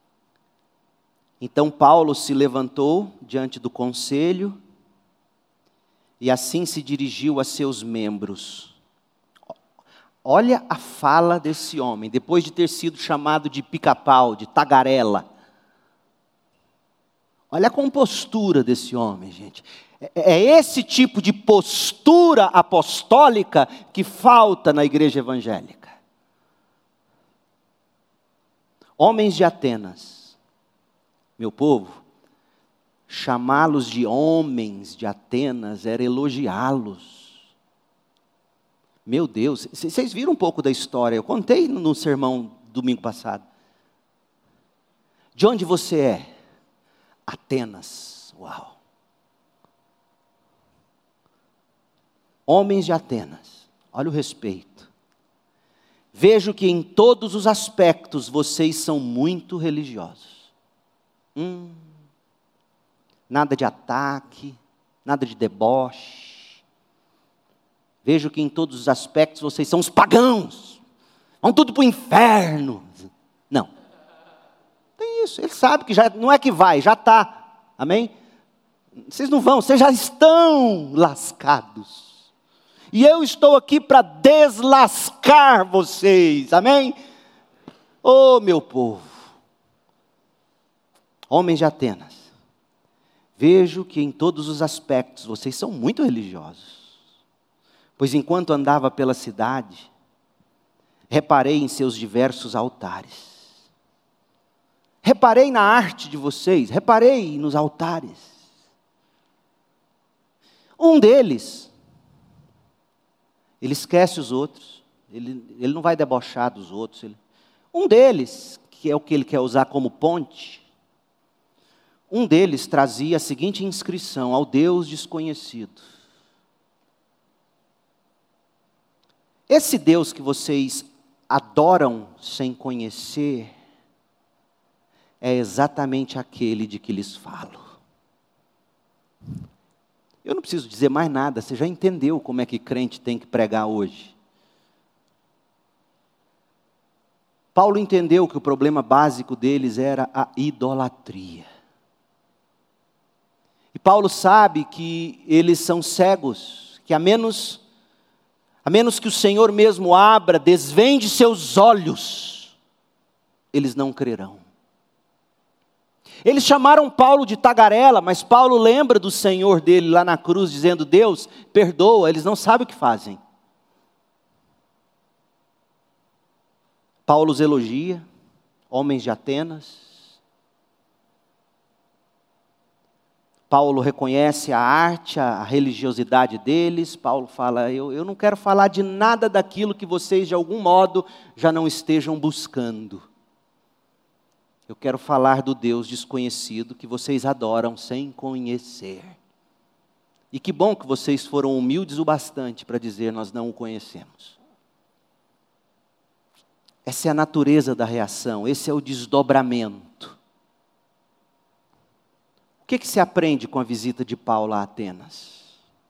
[SPEAKER 1] Então Paulo se levantou diante do conselho e assim se dirigiu a seus membros. Olha a fala desse homem, depois de ter sido chamado de pica-pau, de tagarela. Olha a compostura desse homem, gente. É esse tipo de postura apostólica que falta na igreja evangélica. Homens de Atenas, meu povo, chamá-los de homens de Atenas era elogiá-los. Meu Deus, vocês viram um pouco da história, eu contei no sermão domingo passado. De onde você é? Atenas. Uau. Homens de Atenas, olha o respeito. Vejo que em todos os aspectos vocês são muito religiosos. Nada de ataque, nada de deboche. Vejo que em todos os aspectos vocês são os pagãos. Vão tudo para o inferno. Não. Tem isso. Ele sabe que já não é que vai, já está. Amém? Vocês não vão, vocês já estão lascados. E eu estou aqui para deslascar vocês. Amém? Oh, meu povo. Homens de Atenas. Vejo que em todos os aspectos vocês são muito religiosos. Pois enquanto andava pela cidade, reparei em seus diversos altares. Reparei na arte de vocês, reparei nos altares. Um deles, ele esquece os outros, ele não vai debochar dos outros. Um deles, que é o que ele quer usar como ponte, um deles trazia a seguinte inscrição: ao Deus desconhecido. Esse Deus que vocês adoram sem conhecer, é exatamente aquele de que lhes falo. Eu não preciso dizer mais nada, você já entendeu como é que crente tem que pregar hoje. Paulo entendeu que o problema básico deles era a idolatria. E Paulo sabe que eles são cegos, que a menos que o Senhor mesmo abra, desvende seus olhos, eles não crerão. Eles chamaram Paulo de tagarela, mas Paulo lembra do Senhor dele lá na cruz, dizendo: Deus, perdoa, eles não sabem o que fazem. Paulo os elogia, homens de Atenas. Paulo reconhece a arte, a religiosidade deles. Paulo fala: eu não quero falar de nada daquilo que vocês de algum modo já não estejam buscando. Eu quero falar do Deus desconhecido que vocês adoram sem conhecer. E que bom que vocês foram humildes o bastante para dizer: nós não o conhecemos. Essa é a natureza da reação, esse é o desdobramento. O que se aprende com a visita de Paulo a Atenas?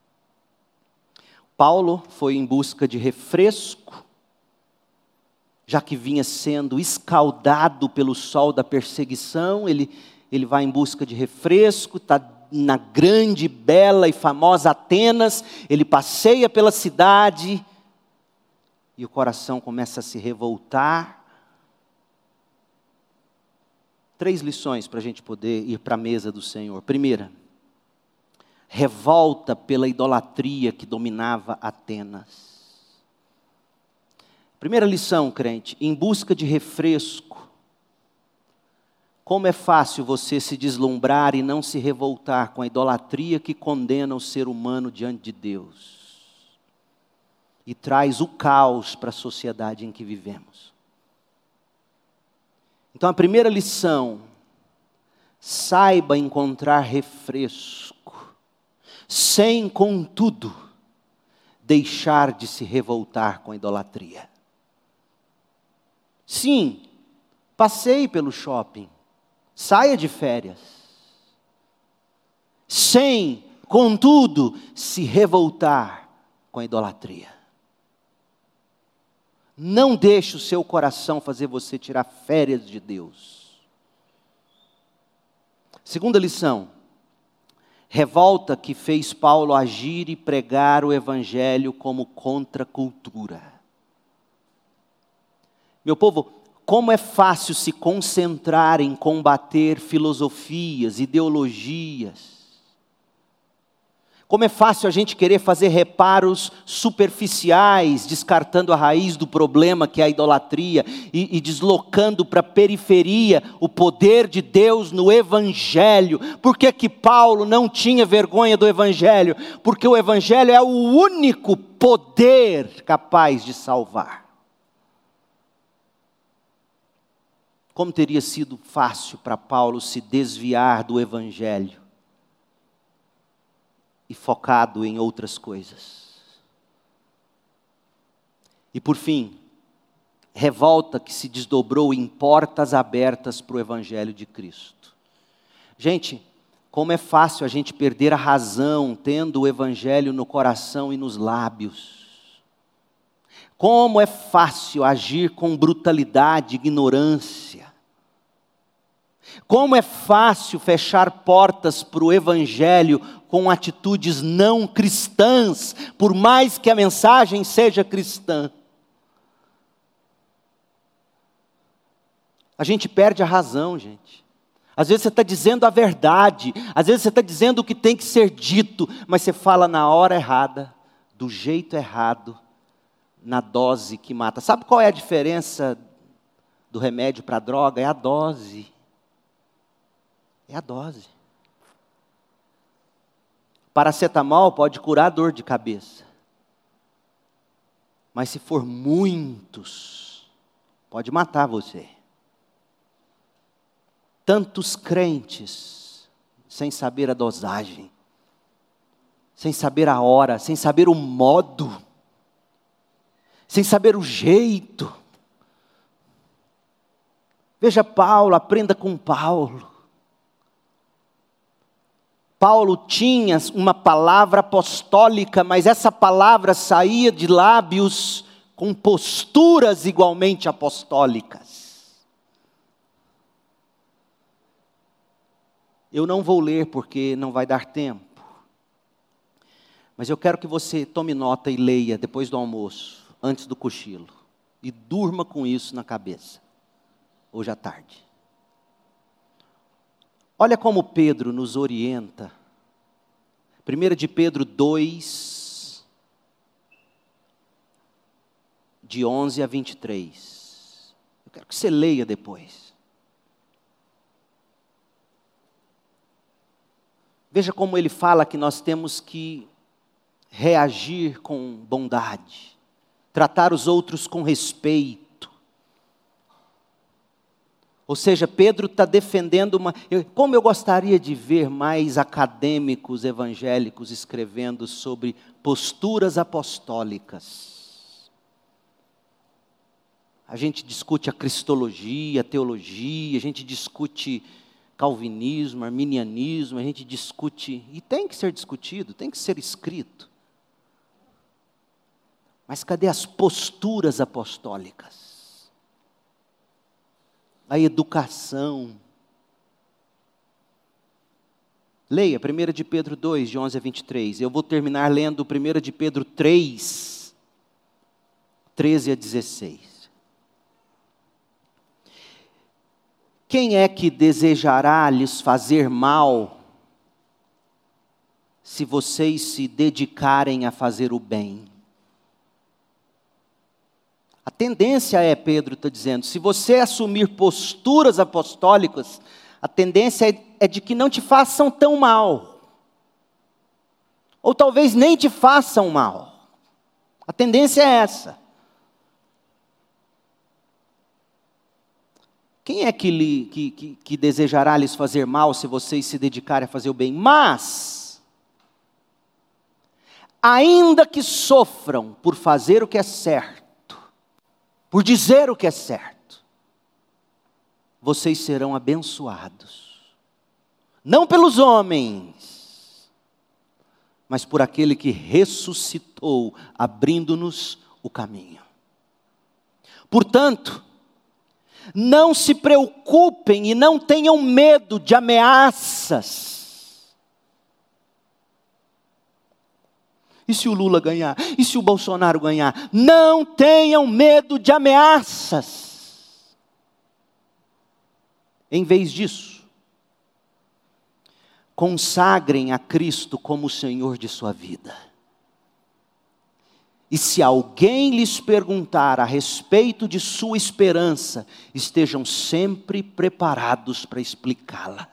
[SPEAKER 1] Paulo foi em busca de refresco, já que vinha sendo escaldado pelo sol da perseguição. Ele vai em busca de refresco, está na grande, bela e famosa Atenas. Ele passeia pela cidade e o coração começa a se revoltar. 3 lições para a gente poder ir para a mesa do Senhor. Primeira, revolta pela idolatria que dominava Atenas. Primeira lição, crente: em busca de refresco. Como é fácil você se deslumbrar e não se revoltar com a idolatria que condena o ser humano diante de Deus e traz o caos para a sociedade em que vivemos. Então a primeira lição: saiba encontrar refresco, sem, contudo, deixar de se revoltar com a idolatria. Sim, passeie pelo shopping, saia de férias, sem, contudo, se revoltar com a idolatria. Não deixe o seu coração fazer você tirar férias de Deus. Segunda lição: revolta que fez Paulo agir e pregar o evangelho como contracultura. Meu povo, como é fácil se concentrar em combater filosofias, ideologias. Como é fácil a gente querer fazer reparos superficiais, descartando a raiz do problema que é a idolatria e deslocando para a periferia o poder de Deus no Evangelho. Por que que Paulo não tinha vergonha do Evangelho? Porque o Evangelho é o único poder capaz de salvar. Como teria sido fácil para Paulo se desviar do Evangelho e focado em outras coisas. E por fim, revolta que se desdobrou em portas abertas para o Evangelho de Cristo. Gente, como é fácil a gente perder a razão tendo o Evangelho no coração e nos lábios. Como é fácil agir com brutalidade, ignorância. Como é fácil fechar portas para o Evangelho com atitudes não cristãs, por mais que a mensagem seja cristã. A gente perde a razão, gente. Às vezes você está dizendo a verdade, às vezes você está dizendo o que tem que ser dito, mas você fala na hora errada, do jeito errado, na dose que mata. Sabe qual é a diferença do remédio para a droga? É a dose. É a dose. Paracetamol pode curar a dor de cabeça. Mas se for muitos, pode matar você. Tantos crentes, sem saber a dosagem, sem saber a hora, sem saber o modo, sem saber o jeito. Veja Paulo, aprenda com Paulo. Paulo tinha uma palavra apostólica, mas essa palavra saía de lábios com posturas igualmente apostólicas. Eu não vou ler porque não vai dar tempo, mas eu quero que você tome nota e leia depois do almoço, antes do cochilo, e durma com isso na cabeça, hoje à tarde. Olha como Pedro nos orienta. 1 de Pedro 2, de 11 a 23. Eu quero que você leia depois. Veja como ele fala que nós temos que reagir com bondade, tratar os outros com respeito. Ou seja, Pedro está defendendo como eu gostaria de ver mais acadêmicos evangélicos escrevendo sobre posturas apostólicas. A gente discute a cristologia, a teologia, a gente discute calvinismo, arminianismo, a gente discute, e tem que ser discutido, tem que ser escrito. Mas cadê as posturas apostólicas? A educação. Leia 1 de Pedro 2, de 11 a 23. Eu vou terminar lendo 1 de Pedro 3, 13 a 16. Quem é que desejará lhes fazer mal, se vocês se dedicarem a fazer o bem? A tendência é, Pedro está dizendo, se você assumir posturas apostólicas, a tendência é de que não te façam tão mal. Ou talvez nem te façam mal. A tendência é essa. Quem é que desejará lhes fazer mal se vocês se dedicarem a fazer o bem? Mas, ainda que sofram por fazer o que é certo, por dizer o que é certo, vocês serão abençoados. Não pelos homens, mas por aquele que ressuscitou, abrindo-nos o caminho. Portanto, não se preocupem e não tenham medo de ameaças. E se o Lula ganhar? E se o Bolsonaro ganhar? Não tenham medo de ameaças. Em vez disso, consagrem a Cristo como o Senhor de sua vida. E se alguém lhes perguntar a respeito de sua esperança, estejam sempre preparados para explicá-la.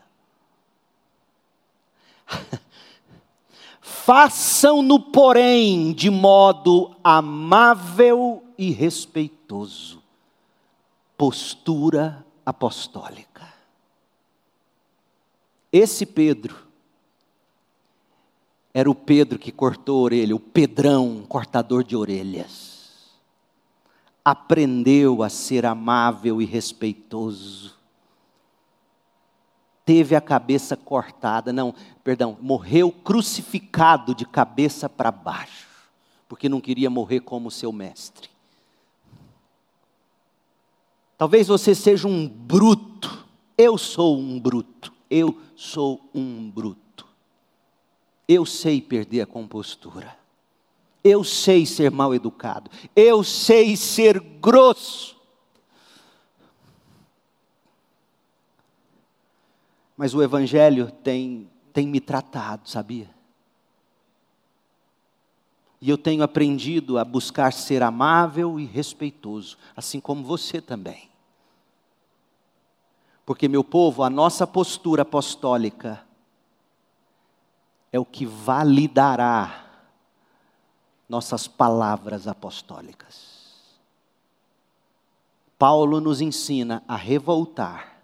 [SPEAKER 1] Façam-no, porém, de modo amável e respeitoso. Postura apostólica. Esse Pedro era o Pedro que cortou a orelha, o Pedrão, cortador de orelhas. Aprendeu a ser amável e respeitoso. Teve a cabeça cortada, morreu crucificado de cabeça para baixo, porque não queria morrer como seu mestre. Talvez você seja um bruto. Eu sou um bruto. Eu sou um bruto. Eu sei perder a compostura. Eu sei ser mal educado. Eu sei ser grosso. Mas o Evangelho tem me tratado, sabia? E eu tenho aprendido a buscar ser amável e respeitoso, assim como você também. Porque, meu povo, a nossa postura apostólica é o que validará nossas palavras apostólicas. Paulo nos ensina a revoltar.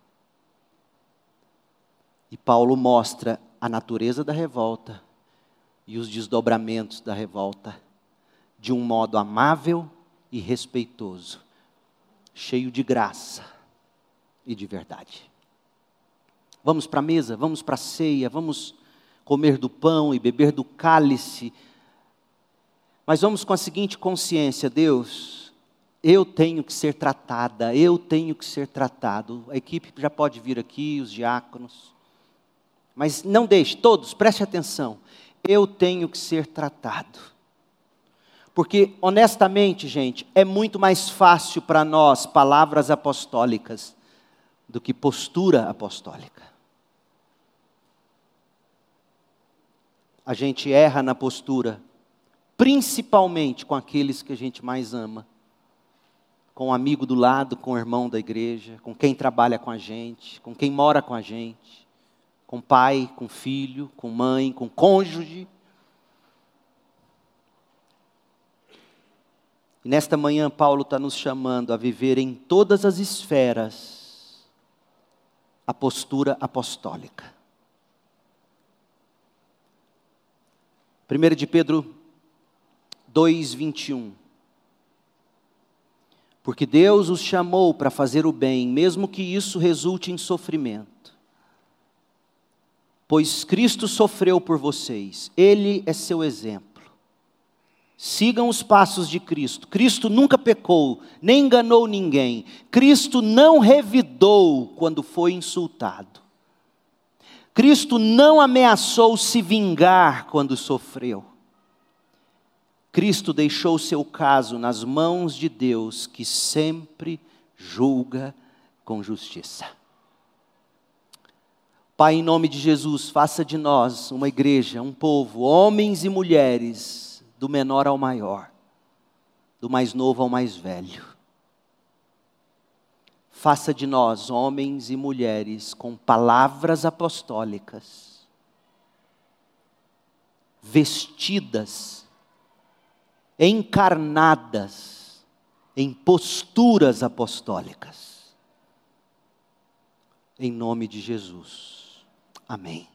[SPEAKER 1] E Paulo mostra a natureza da revolta e os desdobramentos da revolta de um modo amável e respeitoso, cheio de graça e de verdade. Vamos para a mesa, vamos para a ceia, vamos comer do pão e beber do cálice, mas vamos com a seguinte consciência: Deus, eu tenho que ser tratada, eu tenho que ser tratado. A equipe já pode vir aqui, os diáconos, mas não deixe, todos, preste atenção, eu tenho que ser tratado, porque honestamente, gente, é muito mais fácil para nós palavras apostólicas do que postura apostólica. A gente erra na postura, principalmente com aqueles que a gente mais ama, com o amigo do lado, com o irmão da igreja, com quem trabalha com a gente, com quem mora com a gente, com pai, com filho, com mãe, com cônjuge. E nesta manhã Paulo está nos chamando a viver em todas as esferas a postura apostólica. 1 de Pedro 2:21. Porque Deus os chamou para fazer o bem, mesmo que isso resulte em sofrimento. Pois Cristo sofreu por vocês, Ele é seu exemplo. Sigam os passos de Cristo. Cristo nunca pecou, nem enganou ninguém. Cristo não revidou quando foi insultado. Cristo não ameaçou se vingar quando sofreu. Cristo deixou seu caso nas mãos de Deus, que sempre julga com justiça. Pai, em nome de Jesus, faça de nós uma igreja, um povo, homens e mulheres, do menor ao maior, do mais novo ao mais velho. Faça de nós homens e mulheres com palavras apostólicas, vestidas, encarnadas em posturas apostólicas. Em nome de Jesus. Amém.